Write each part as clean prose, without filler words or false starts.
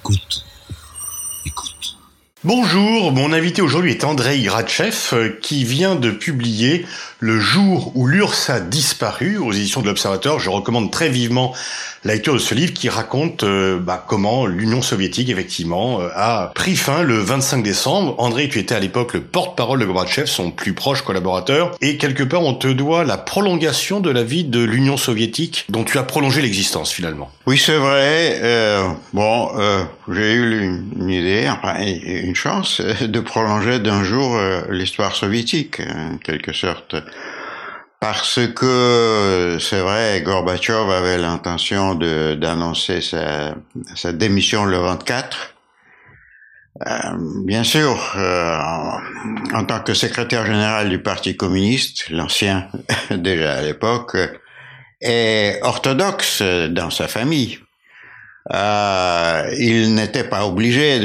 Écoute. Écoute. Bonjour, mon invité aujourd'hui est Andrei Gratchev qui vient de publier Le jour où l'URSS a disparu aux éditions de l'Observateur. Je recommande très vivement la lecture de ce livre qui raconte comment l'Union soviétique effectivement a pris fin le 25 décembre. Andrei, tu étais à l'époque le porte-parole de Gorbatchev, son plus proche collaborateur, et quelque part on te doit la prolongation de la vie de l'Union soviétique dont tu as prolongé l'existence finalement. Oui, c'est vrai. J'ai eu une idée, une chance de prolonger d'un jour l'histoire soviétique, en quelque sorte. Parce que, c'est vrai, Gorbatchev avait l'intention d'annoncer sa démission le 24. Bien sûr, en tant que secrétaire général du Parti communiste, l'ancien déjà à l'époque, est orthodoxe dans sa famille. Il n'était pas obligé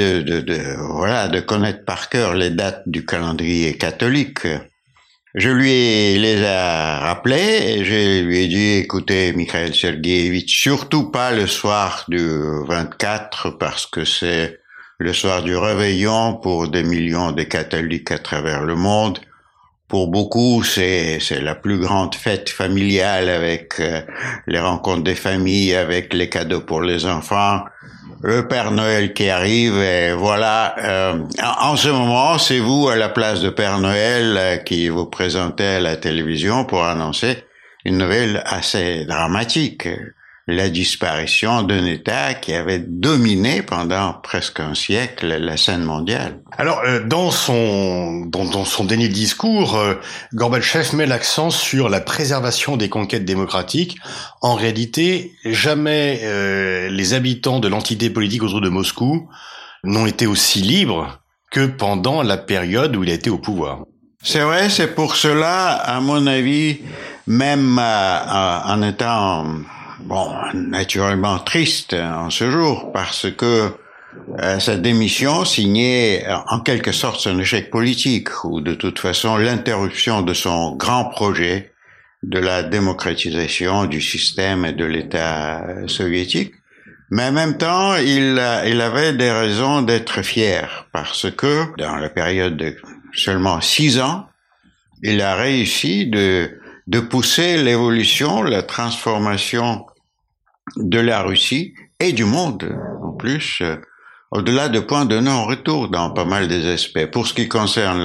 de connaître par cœur les dates du calendrier catholique. Je lui les ai rappelés et je lui ai dit, écoutez, Mikhail Sergueevitch, surtout pas le soir du 24 parce que c'est le soir du réveillon pour des millions de catholiques à travers le monde. Pour beaucoup, c'est la plus grande fête familiale avec les rencontres des familles, avec les cadeaux pour les enfants, le Père Noël qui arrive et voilà. En ce moment, c'est vous à la place de Père Noël qui vous présentez à la télévision pour annoncer une nouvelle assez dramatique. La disparition d'un État qui avait dominé pendant presque un siècle la scène mondiale. Alors, dans son dernier discours, Gorbatchev met l'accent sur la préservation des conquêtes démocratiques. En réalité, jamais les habitants de l'entité politique autour de Moscou n'ont été aussi libres que pendant la période où il a été au pouvoir. C'est vrai, c'est pour cela, à mon avis, même en étant naturellement triste en ce jour, parce que sa démission signait en quelque sorte son échec politique, ou de toute façon l'interruption de son grand projet de la démocratisation du système et de l'État soviétique. Mais en même temps, il avait des raisons d'être fier, parce que dans la période de seulement 6 ans, il a réussi de pousser l'évolution, la transformation de la Russie et du monde, en plus, au-delà de points de non-retour dans pas mal des aspects. Pour ce qui concerne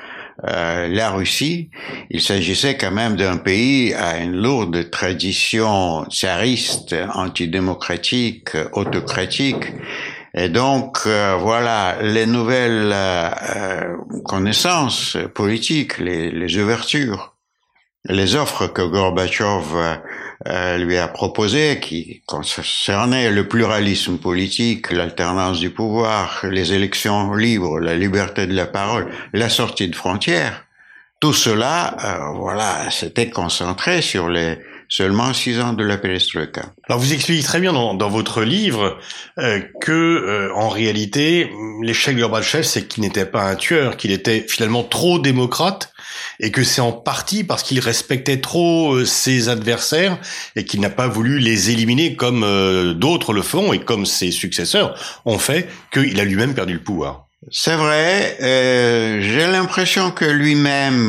la Russie, il s'agissait quand même d'un pays à une lourde tradition tsariste, antidémocratique, autocratique. Et donc, les nouvelles connaissances politiques, les ouvertures, les offres que Gorbatchev lui a proposées, qui concernaient le pluralisme politique, l'alternance du pouvoir, les élections libres, la liberté de la parole, la sortie de frontières, tout cela, s'était concentré sur les seulement 6 ans de la perestroïka. Alors vous expliquez très bien dans votre livre que en réalité l'échec de Gorbatchev, c'est qu'il n'était pas un tueur, qu'il était finalement trop démocrate et que c'est en partie parce qu'il respectait trop ses adversaires et qu'il n'a pas voulu les éliminer comme d'autres le font et comme ses successeurs ont fait, qu'il a lui-même perdu le pouvoir. C'est vrai, j'ai l'impression que lui-même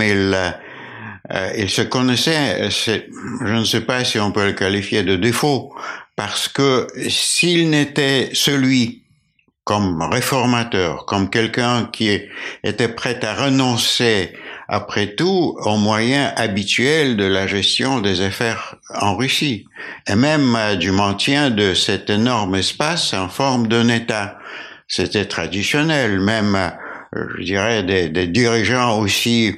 il se connaissait, je ne sais pas si on peut le qualifier de défaut, parce que s'il n'était celui comme réformateur, comme quelqu'un qui était prêt à renoncer après tout aux moyens habituels de la gestion des affaires en Russie, et même du maintien de cet énorme espace en forme d'un État. C'était traditionnel, même, je dirais, des dirigeants aussi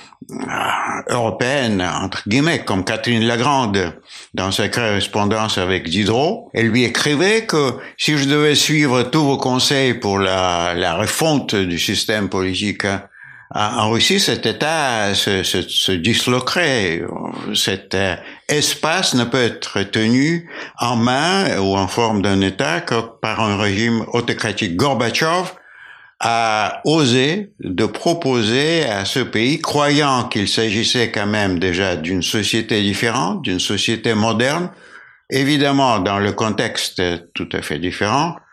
européenne, entre guillemets, comme Catherine Lagrande, dans sa correspondance avec Diderot. Elle lui écrivait que si je devais suivre tous vos conseils pour la refonte du système politique en Russie, cet État se disloquerait. Cet espace ne peut être tenu en main ou en forme d'un État que par un régime autocratique. Gorbatchev a osé de proposer à ce pays, croyant qu'il s'agissait quand même déjà d'une société différente, d'une société moderne, évidemment dans le contexte tout à fait différent,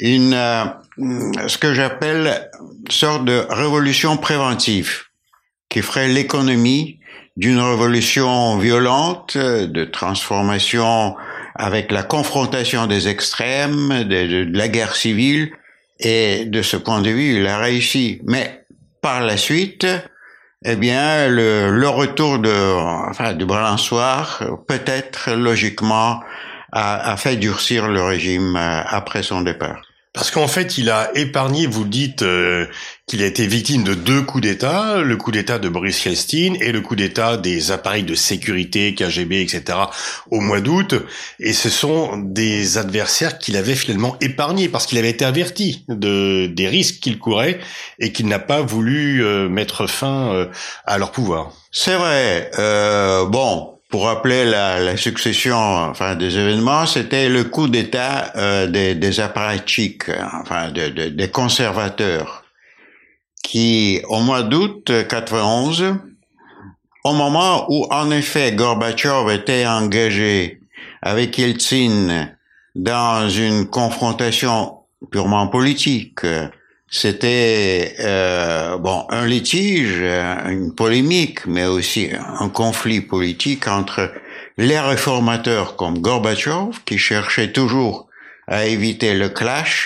ce que j'appelle une sorte de révolution préventive qui ferait l'économie d'une révolution violente, de transformation avec la confrontation des extrêmes, de la guerre civile, et de ce point de vue, il a réussi. Mais par la suite, eh bien, le retour du balançoire, peut-être logiquement, a fait durcir le régime après son départ. Parce qu'en fait, il a épargné, vous dites qu'il a été victime de 2 coups d'État, le coup d'État de Boris Yeltsin et le coup d'État des appareils de sécurité, KGB, etc., au mois d'août. Et ce sont des adversaires qu'il avait finalement épargnés parce qu'il avait été averti des risques qu'ils couraient et qu'il n'a pas voulu mettre fin à leur pouvoir. C'est vrai. Pour rappeler la succession, des événements, c'était le coup d'État des apparatchiks, des conservateurs, qui, au mois d'août 91, au moment où, en effet, Gorbatchev était engagé avec Yeltsin dans une confrontation purement politique, c'était un litige, une polémique, mais aussi un conflit politique entre les réformateurs comme Gorbatchev, qui cherchait toujours à éviter le clash,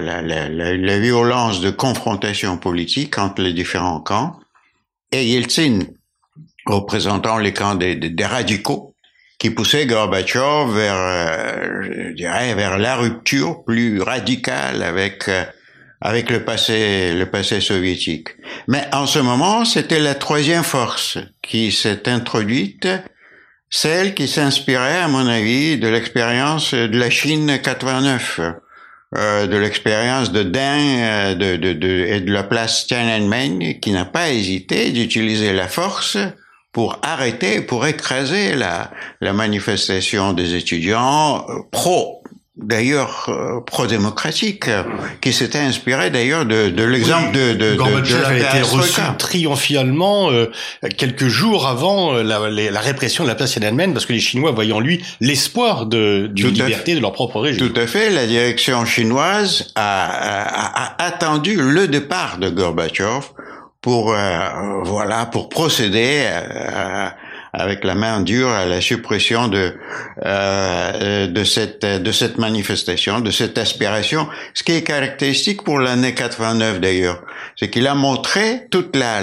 la violence de confrontation politique entre les différents camps, et Yeltsin, représentant les camps des radicaux, qui poussait Gorbatchev vers la rupture plus radicale avec le passé soviétique. Mais en ce moment, c'était la troisième force qui s'est introduite, celle qui s'inspirait, à mon avis, de l'expérience de la Chine 89, de l'expérience de Deng et de la place Tiananmen, qui n'a pas hésité d'utiliser la force pour arrêter, pour écraser la manifestation des étudiants pro-démocratique, qui s'était inspiré d'ailleurs de l'exemple de Gorbatchev a été reçu perestroïka. triomphalement quelques jours avant la répression de la place Tiananmen, parce que les Chinois voyaient en lui l'espoir d'une liberté de leur propre régime. Tout à fait. La direction chinoise a attendu le départ de Gorbatchev pour procéder avec la main dure à la suppression de cette manifestation, de cette aspiration. Ce qui est caractéristique pour l'année 89 d'ailleurs, c'est qu'il a montré toute la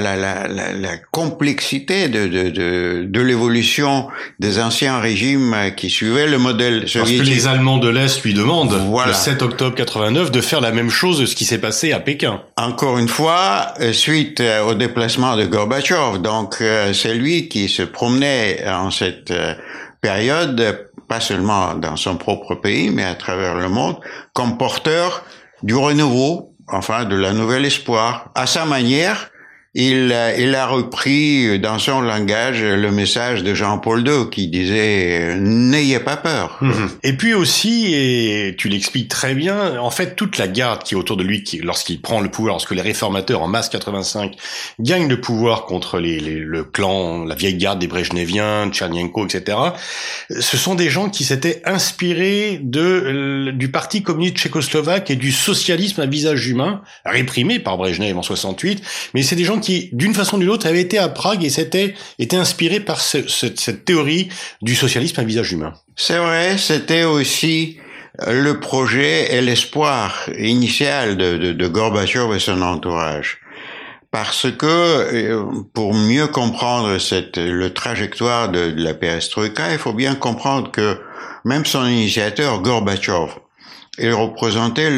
complexité de l'évolution des anciens régimes qui suivaient le modèle soviétique. Parce que les Allemands de l'Est lui demandent, le 7 octobre 89, de faire la même chose de ce qui s'est passé à Pékin. Encore une fois, suite au déplacement de Gorbatchev, donc c'est lui qui se promenait en cette période, pas seulement dans son propre pays, mais à travers le monde, comme porteur du renouveau, de la nouvelle espoir. À sa manière, il a repris dans son langage le message de Jean-Paul II qui disait « N'ayez pas peur ». Et puis aussi, et tu l'expliques très bien, en fait, toute la garde qui est autour de lui, lorsqu'il prend le pouvoir, lorsque les réformateurs en mars 85 gagnent le pouvoir contre le clan, la vieille garde des Brejneviens, Tchernenko, etc., ce sont des gens qui s'étaient inspirés du Parti communiste tchécoslovaque et du socialisme à visage humain, réprimé par Brejnev en 68, mais c'est des gens qui, d'une façon ou d'une autre, avaient été à Prague et étaient inspirés par cette théorie du socialisme à visage humain. C'est vrai, c'était aussi le projet et l'espoir initial de Gorbatchev et son entourage. Parce que, pour mieux comprendre le trajectoire de la perestroïka, il faut bien comprendre que même son initiateur, Gorbatchev, il représentait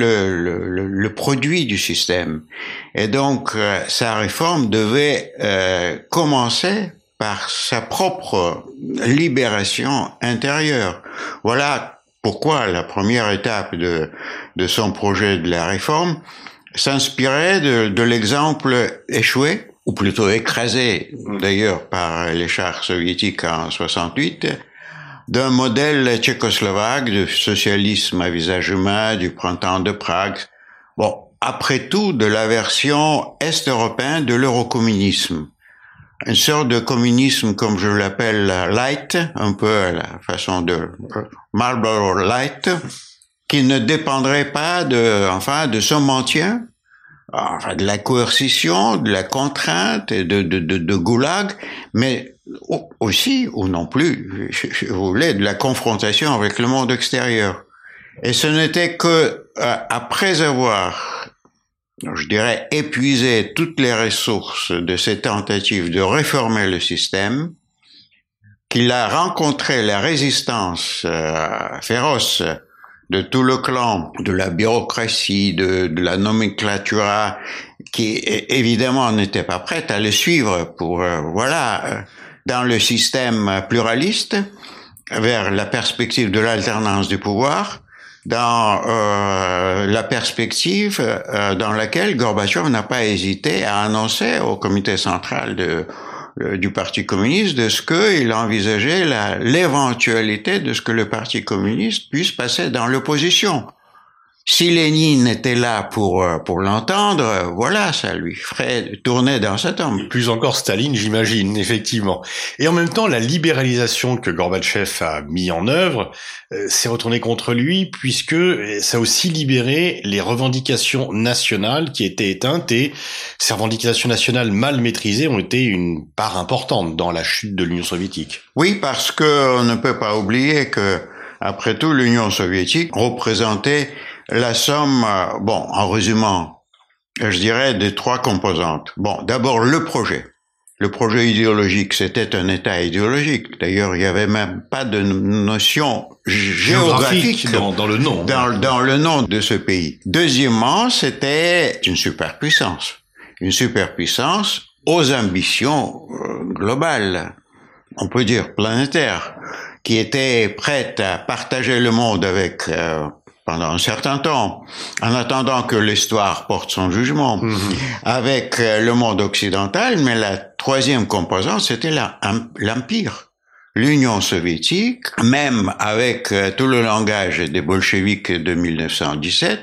le produit du système. Et donc, sa réforme devait commencer par sa propre libération intérieure. Voilà pourquoi la première étape de son projet de la réforme s'inspirait de l'exemple échoué, ou plutôt écrasé d'ailleurs par les chars soviétiques en 68, d'un modèle tchécoslovaque de socialisme à visage humain du printemps de Prague. Après tout, de la version est-européenne de l'eurocommunisme. Une sorte de communisme, comme je l'appelle, light, un peu à la façon de Marlboro Light, qui ne dépendrait pas de son maintien, de la coercition, de la contrainte, de goulag, mais aussi, ou non plus, je voulais, de la confrontation avec le monde extérieur. Et ce n'était que après avoir, je dirais, épuisé toutes les ressources de ces tentatives de réformer le système, qu'il a rencontré la résistance féroce de tout le clan, de la bureaucratie, de la nomenclatura, qui évidemment n'était pas prête à le suivre pour, dans le système pluraliste, vers la perspective de l'alternance du pouvoir, dans la perspective dans laquelle Gorbatchev n'a pas hésité à annoncer au comité central du Parti communiste de ce qu'il envisageait l'éventualité de ce que le Parti communiste puisse passer dans l'opposition. Si Lénine était là pour l'entendre, voilà, ça lui ferait tourner dans sa tombe. Plus encore Staline, j'imagine, effectivement. Et en même temps, la libéralisation que Gorbatchev a mis en œuvre s'est retournée contre lui, puisque ça a aussi libéré les revendications nationales qui étaient éteintes, et ces revendications nationales mal maîtrisées ont été une part importante dans la chute de l'Union soviétique. Oui, parce que on ne peut pas oublier que, après tout, l'Union soviétique représentait la somme, en résumant, je dirais, des trois composantes. Bon, d'abord, le projet. Le projet idéologique, c'était un État idéologique. D'ailleurs, il n'y avait même pas de notion géographique dans le nom. Dans le nom de ce pays. Deuxièmement, c'était une superpuissance. Une superpuissance aux ambitions globales, on peut dire planétaires, qui était prête à partager le monde avec pendant un certain temps, en attendant que l'histoire porte son jugement, avec le monde occidental. Mais la troisième composante, c'était l'Empire. L'Union soviétique, même avec tout le langage des bolcheviks de 1917,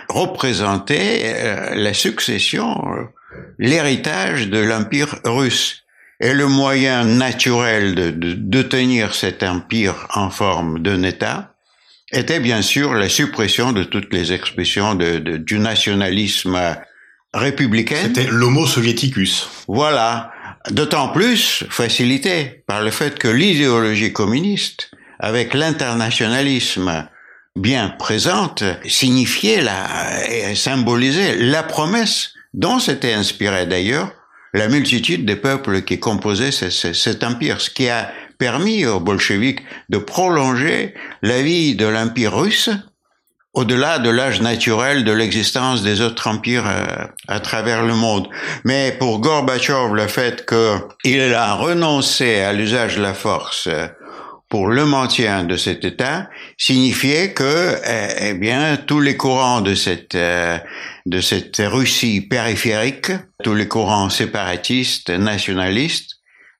représentait la succession, l'héritage de l'Empire russe. Et le moyen naturel de tenir cet empire en forme d'un État était bien sûr la suppression de toutes les expressions du nationalisme républicain. C'était l'homo soviéticus. Voilà. D'autant plus facilité par le fait que l'idéologie communiste, avec l'internationalisme bien présente, signifiait et symbolisait la promesse dont s'était inspiré d'ailleurs la multitude des peuples qui composaient cet empire, ce qui a permis aux bolcheviks de prolonger la vie de l'empire russe au-delà de l'âge naturel de l'existence des autres empires à travers le monde. Mais pour Gorbatchev, le fait qu'il a renoncé à l'usage de la force pour le maintien de cet État signifiait que, tous les courants de cette Russie périphérique, tous les courants séparatistes, nationalistes,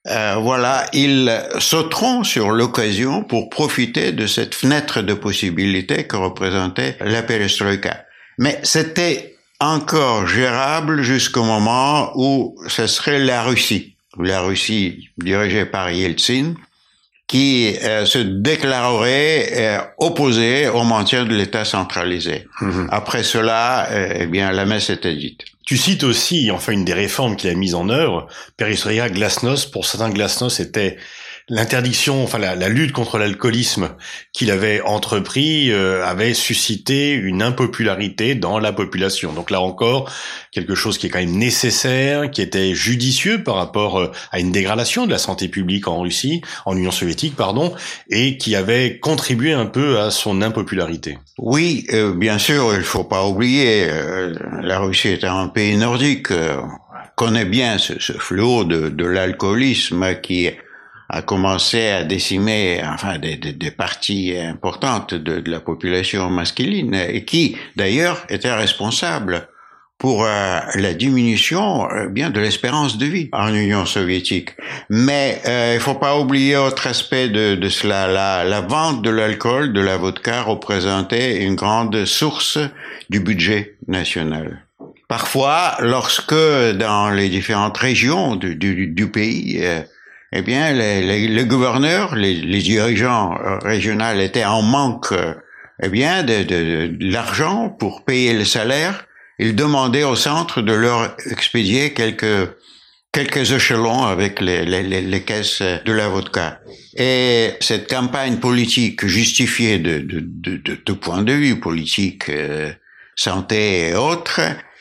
ils sauteront sur l'occasion pour profiter de cette fenêtre de possibilités que représentait la perestroïka. Mais c'était encore gérable jusqu'au moment où ce serait la Russie dirigée par Yeltsin, qui se déclarerait opposée au maintien de l'État centralisé. Après cela, la messe était dite. Tu cites aussi, une des réformes qu'il a mises en œuvre, Perestroïka, Glasnost. Pour certains, Glasnost c'était l'interdiction, la lutte contre l'alcoolisme qu'il avait entrepris avait suscité une impopularité dans la population. Donc là encore, quelque chose qui est quand même nécessaire, qui était judicieux par rapport à une dégradation de la santé publique en Union soviétique, et qui avait contribué un peu à son impopularité. Oui, bien sûr, il faut pas oublier, la Russie est un pays nordique, connaît bien ce fléau de l'alcoolisme qui a commencé à décimer des parties importantes de la population masculine, et qui d'ailleurs était responsable pour la diminution de l'espérance de vie en Union soviétique. Mais il faut pas oublier autre aspect de cela. La vente de l'alcool, de la vodka, représentait une grande source du budget national. Parfois, lorsque dans les différentes régions du pays, les gouverneurs, les dirigeants régionaux étaient en manque eh bien, de l'argent pour payer le salaire. Ils demandaient au centre de leur expédier quelques échelons avec les caisses de la vodka. Et cette campagne politique justifiée de point de vue politique, santé et autres,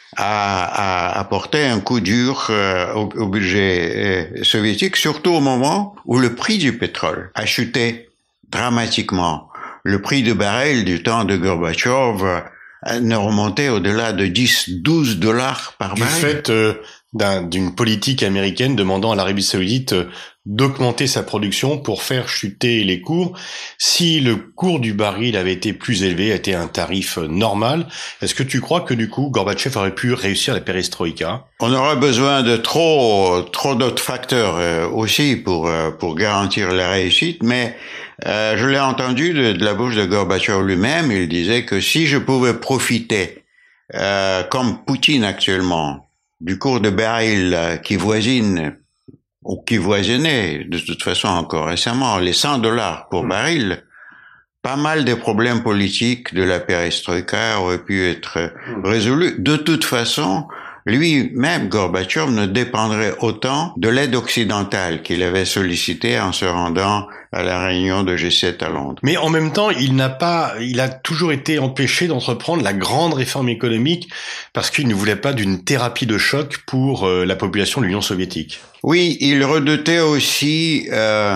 a apporté un coup dur au budget soviétique, surtout au moment où le prix du pétrole a chuté dramatiquement. Le prix du baril du temps de Gorbatchev ne remontait au-delà de 10-12 dollars par baril. Du fait d'une politique américaine demandant à l'Arabie Saoudite d'augmenter sa production pour faire chuter les cours. Si le cours du baril avait été plus élevé, était un tarif normal, est-ce que tu crois que du coup Gorbatchev aurait pu réussir la perestroïka? On aurait besoin de trop d'autres facteurs aussi pour garantir la réussite, mais je l'ai entendu de la bouche de Gorbatchev lui-même. Il disait que si je pouvais profiter, comme Poutine actuellement, du cours de baril qui voisine ou qui voisinait de toute façon encore récemment les 100 dollars pour baril, pas mal de problèmes politiques de la perestroïka auraient pu être résolus. De toute façon, lui-même, Gorbatchev, ne dépendrait autant de l'aide occidentale qu'il avait sollicitée en se rendant à la réunion de G7 à Londres. Mais en même temps, il a toujours été empêché d'entreprendre la grande réforme économique parce qu'il ne voulait pas d'une thérapie de choc pour la population de l'Union soviétique. Oui, il redoutait aussi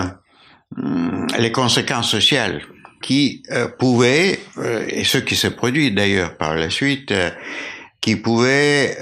les conséquences sociales qui pouvaient, et ce qui s'est produit d'ailleurs par la suite, qui pouvait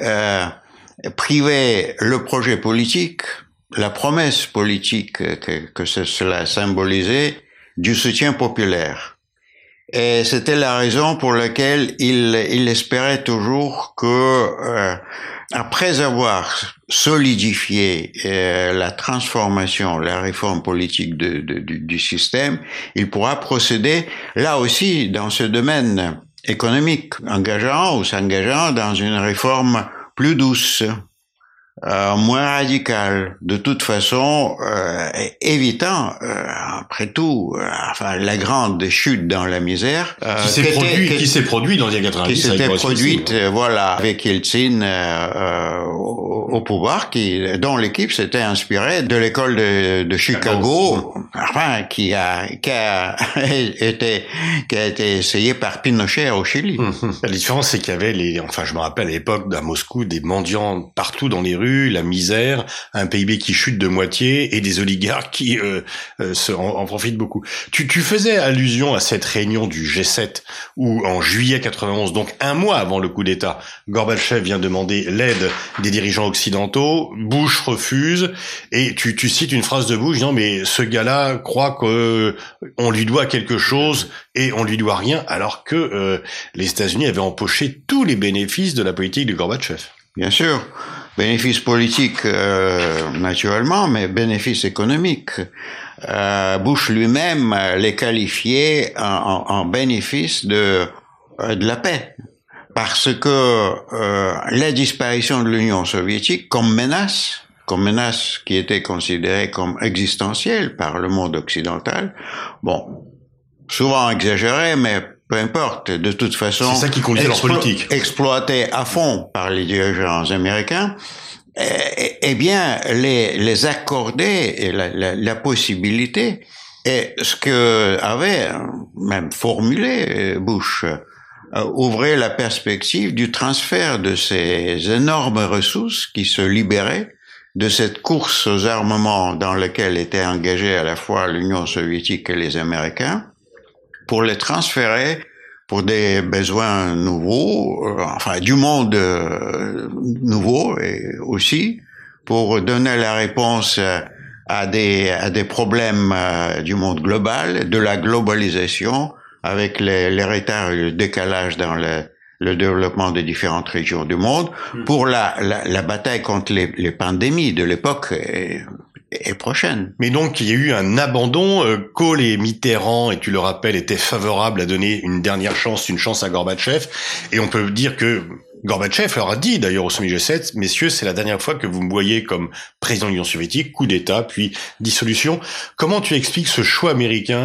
priver le projet politique, la promesse politique que cela symbolisait, du soutien populaire. Et c'était la raison pour laquelle il espérait toujours que, après avoir solidifié la transformation, la réforme politique du système, il pourra procéder là aussi dans ce domaine économique, s'engageant dans une réforme plus douce, moins radicale, de toute façon évitant après tout la grande chute dans la misère qui s'est produit dans les années 90, qui s'était produite avec Yeltsin au pouvoir, dont l'équipe s'était inspirée de l'école de Chicago, qui a été essayée par Pinochet au Chili. La différence, c'est qu'il y avait je me rappelle à l'époque à Moscou des mendiants partout dans les rues, la misère, un PIB qui chute de moitié et des oligarques qui en profitent beaucoup. Tu faisais allusion à cette réunion du G7 où en juillet 91, donc un mois avant le coup d'État, Gorbatchev vient demander l'aide des dirigeants occidentaux, Bush refuse et tu cites une phrase de Bush disant mais ce gars-là croit que on lui doit quelque chose et on lui doit rien alors que les États-Unis avaient empoché tous les bénéfices de la politique de Gorbatchev. Bien sûr. Bénéfices politiques, naturellement, mais bénéfices économiques. Bush lui-même les qualifiait en bénéfice de la paix. Parce que la disparition de l'Union soviétique comme menace qui était considérée comme existentielle par le monde occidental, souvent exagérée, mais peu importe, de toute façon, c'est ça qui conduisait leur politique. Exploité à fond par les dirigeants américains, eh bien, les accorder et la possibilité, et ce que avait même formulé Bush, ouvrait la perspective du transfert de ces énormes ressources qui se libéraient de cette course aux armements dans laquelle étaient engagés à la fois l'Union soviétique et les Américains, pour les transférer pour des besoins nouveaux, du monde nouveau, et aussi pour donner la réponse à des problèmes du monde global, de la globalisation, avec les retards et le décalage dans le développement des différentes régions du monde, pour la bataille contre les pandémies de l'époque est prochaine. Mais donc, il y a eu un abandon. Kohl et Mitterrand, et tu le rappelles, étaient favorables à donner une chance à Gorbatchev. Et on peut dire que Gorbatchev leur a dit, d'ailleurs, au sommet G7, messieurs, c'est la dernière fois que vous me voyez comme président de l'Union soviétique, coup d'État, puis dissolution. Comment tu expliques ce choix américain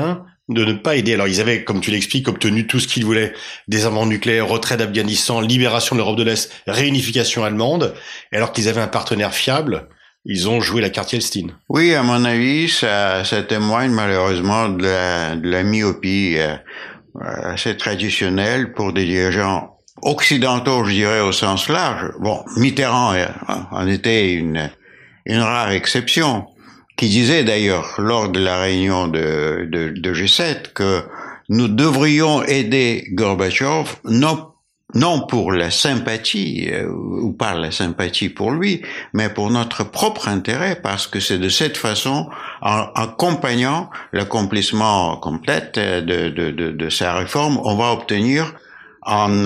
de ne pas aider. Alors ils avaient, comme tu l'expliques, obtenu tout ce qu'ils voulaient: désarmement nucléaire, retrait d'Afghanistan, libération de l'Europe de l'Est, réunification allemande. Et alors qu'ils avaient un partenaire fiable, ils ont joué la carte Yeltsin. Oui, à mon avis, ça témoigne malheureusement de la myopie assez traditionnelle pour des dirigeants occidentaux, je dirais, au sens large. Bon, Mitterrand en était une rare exception, qui disait d'ailleurs lors de la réunion de G7 que nous devrions aider Gorbatchev non pour la sympathie ou par la sympathie pour lui, mais pour notre propre intérêt, parce que c'est de cette façon, en accompagnant l'accomplissement complète de sa réforme, on va obtenir en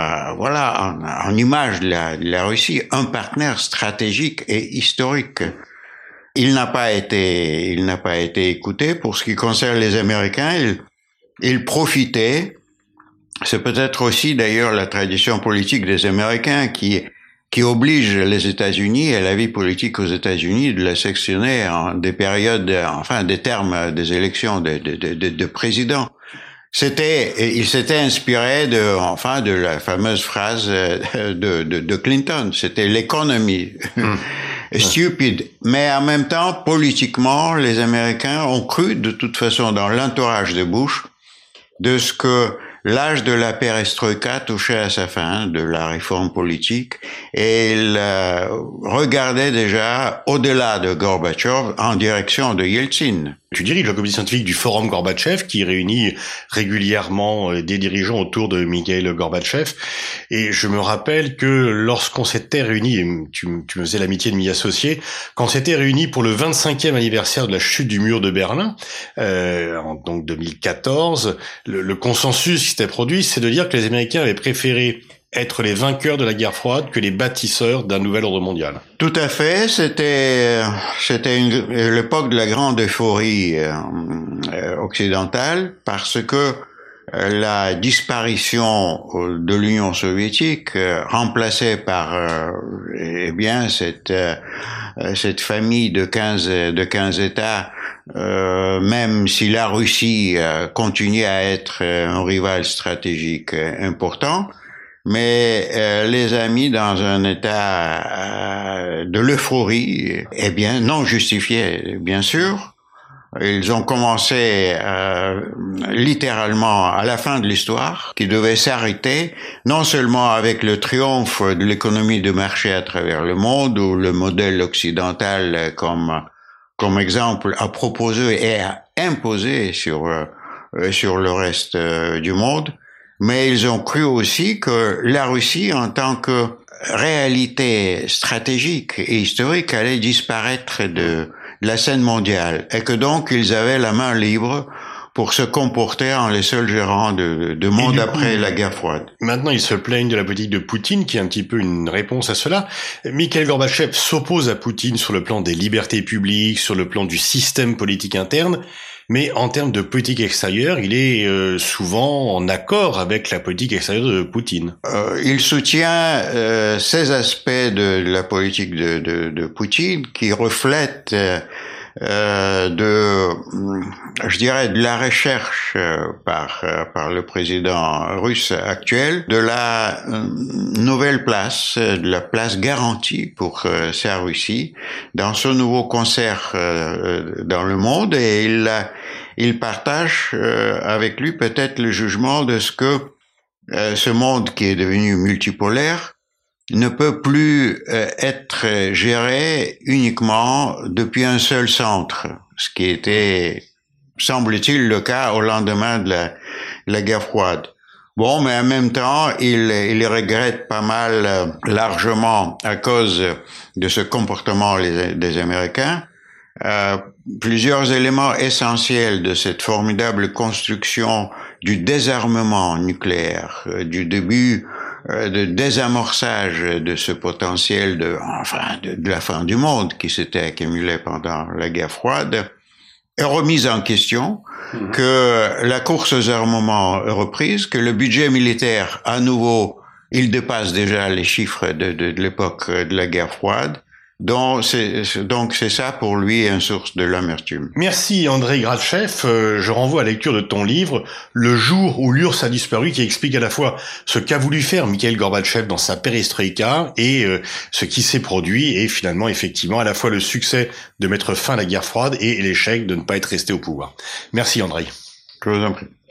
image de la Russie un partenaire stratégique et historique. Il n'a pas été écouté. Pour ce qui concerne les Américains, il profitait. C'est peut-être aussi d'ailleurs la tradition politique des Américains qui oblige les États-Unis et la vie politique aux États-Unis de la sectionner en des périodes, des termes des élections de présidents. Il s'était inspiré de la fameuse phrase de Clinton. C'était l'économie. Stupide. Mais en même temps, politiquement, les Américains ont cru, de toute façon, dans l'entourage de Bush, de ce que l'âge de la perestroïka touchait à sa fin, de la réforme politique, et il regardait déjà au-delà de Gorbatchev en direction de Yeltsin. Tu diriges le comité scientifique du Forum Gorbatchev, qui réunit régulièrement des dirigeants autour de Mikhail Gorbatchev. Et je me rappelle que lorsqu'on s'était réunis, et tu me faisais l'amitié de m'y associer, quand on s'était réunis pour le 25e anniversaire de la chute du mur de Berlin, donc 2014, le consensus qui s'était produit, c'est de dire que les Américains avaient préféré être les vainqueurs de la guerre froide que les bâtisseurs d'un nouvel ordre mondial. Tout à fait, c'était l'époque de la grande euphorie occidentale, parce que la disparition de l'Union soviétique, remplacée par cette famille de 15 États, même si la Russie continuait à être un rival stratégique important, mais les a mis dans un état de l'euphorie, non justifié, bien sûr. Ils ont commencé littéralement à la fin de l'histoire, qui devait s'arrêter non seulement avec le triomphe de l'économie de marché à travers le monde, où le modèle occidental comme exemple a proposé et a imposé sur le reste du monde, mais ils ont cru aussi que la Russie, en tant que réalité stratégique et historique, allait disparaître de la scène mondiale, et que donc ils avaient la main libre pour se comporter en les seuls gérants de monde après la guerre froide. Maintenant, ils se plaignent de la politique de Poutine, qui est un petit peu une réponse à cela. Mikhail Gorbatchev s'oppose à Poutine sur le plan des libertés publiques, sur le plan du système politique interne, mais en termes de politique extérieure, il est souvent en accord avec la politique extérieure de Poutine. Il soutient ces aspects de la politique de Poutine qui reflètent de la recherche par le président russe actuel de la nouvelle place, de la place garantie pour sa Russie dans ce nouveau concert dans le monde, et il partage avec lui peut-être le jugement de ce que ce monde qui est devenu multipolaire ne peut plus être géré uniquement depuis un seul centre, ce qui était, semble-t-il, le cas au lendemain de la guerre froide. Bon, mais en même temps, il regrette pas mal, largement, à cause de ce comportement des Américains, plusieurs éléments essentiels de cette formidable construction du désarmement nucléaire, du début de désamorçage de ce potentiel de la fin du monde qui s'était accumulé pendant la guerre froide, est remise en question, que la course aux armements est reprise, que le budget militaire, à nouveau, il dépasse déjà les chiffres de l'époque de la guerre froide, Donc c'est ça pour lui une source de l'amertume. Merci Andrei Gratchev. Je renvoie à la lecture de ton livre Le jour où l'URSS a disparu, qui explique à la fois ce qu'a voulu faire Mikhail Gorbatchev dans sa perestroïka et ce qui s'est produit, et finalement effectivement à la fois le succès de mettre fin à la guerre froide et l'échec de ne pas être resté au pouvoir. Merci Andrei. Je vous en prie.